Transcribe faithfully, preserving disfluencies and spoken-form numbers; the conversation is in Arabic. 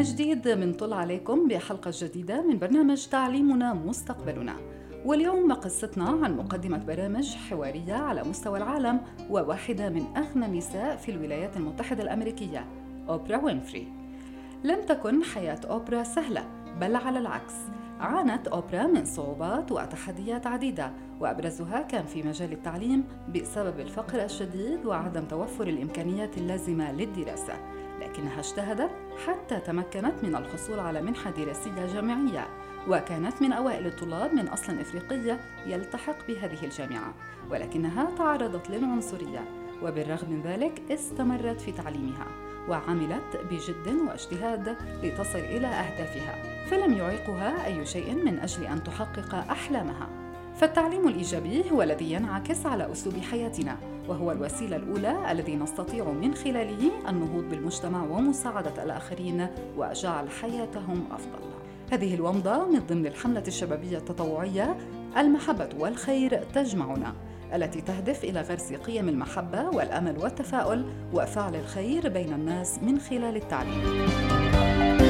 من جديد بنطل عليكم بحلقة جديدة من برنامج تعليمنا مستقبلنا. واليوم قصتنا عن مقدمة برامج حوارية على مستوى العالم وواحدة من أغنى النساء في الولايات المتحدة الأمريكية، أوبرا وينفري. لم تكن حياة أوبرا سهلة، بل على العكس، عانت أوبرا من صعوبات وتحديات عديدة، وأبرزها كان في مجال التعليم بسبب الفقر الشديد وعدم توفر الإمكانيات اللازمة للدراسة، لكنها اجتهدت حتى تمكنت من الحصول على منحة دراسية جامعية، وكانت من أوائل الطلاب من أصل إفريقي يلتحق بهذه الجامعة، ولكنها تعرضت للعنصرية، وبالرغم من ذلك استمرت في تعليمها وعملت بجد واجتهاد لتصل إلى أهدافها، فلم يعيقها أي شيء من أجل أن تحقق أحلامها. فالتعليم الإيجابي هو الذي ينعكس على أسلوب حياتنا، وهو الوسيلة الأولى الذي نستطيع من خلاله النهوض بالمجتمع ومساعدة الآخرين وجعل حياتهم أفضل. هذه الومضة من ضمن الحملة الشبابية التطوعية المحبة والخير تجمعنا، التي تهدف إلى غرس قيم المحبة والأمل والتفاؤل وفعل الخير بين الناس من خلال التعليم.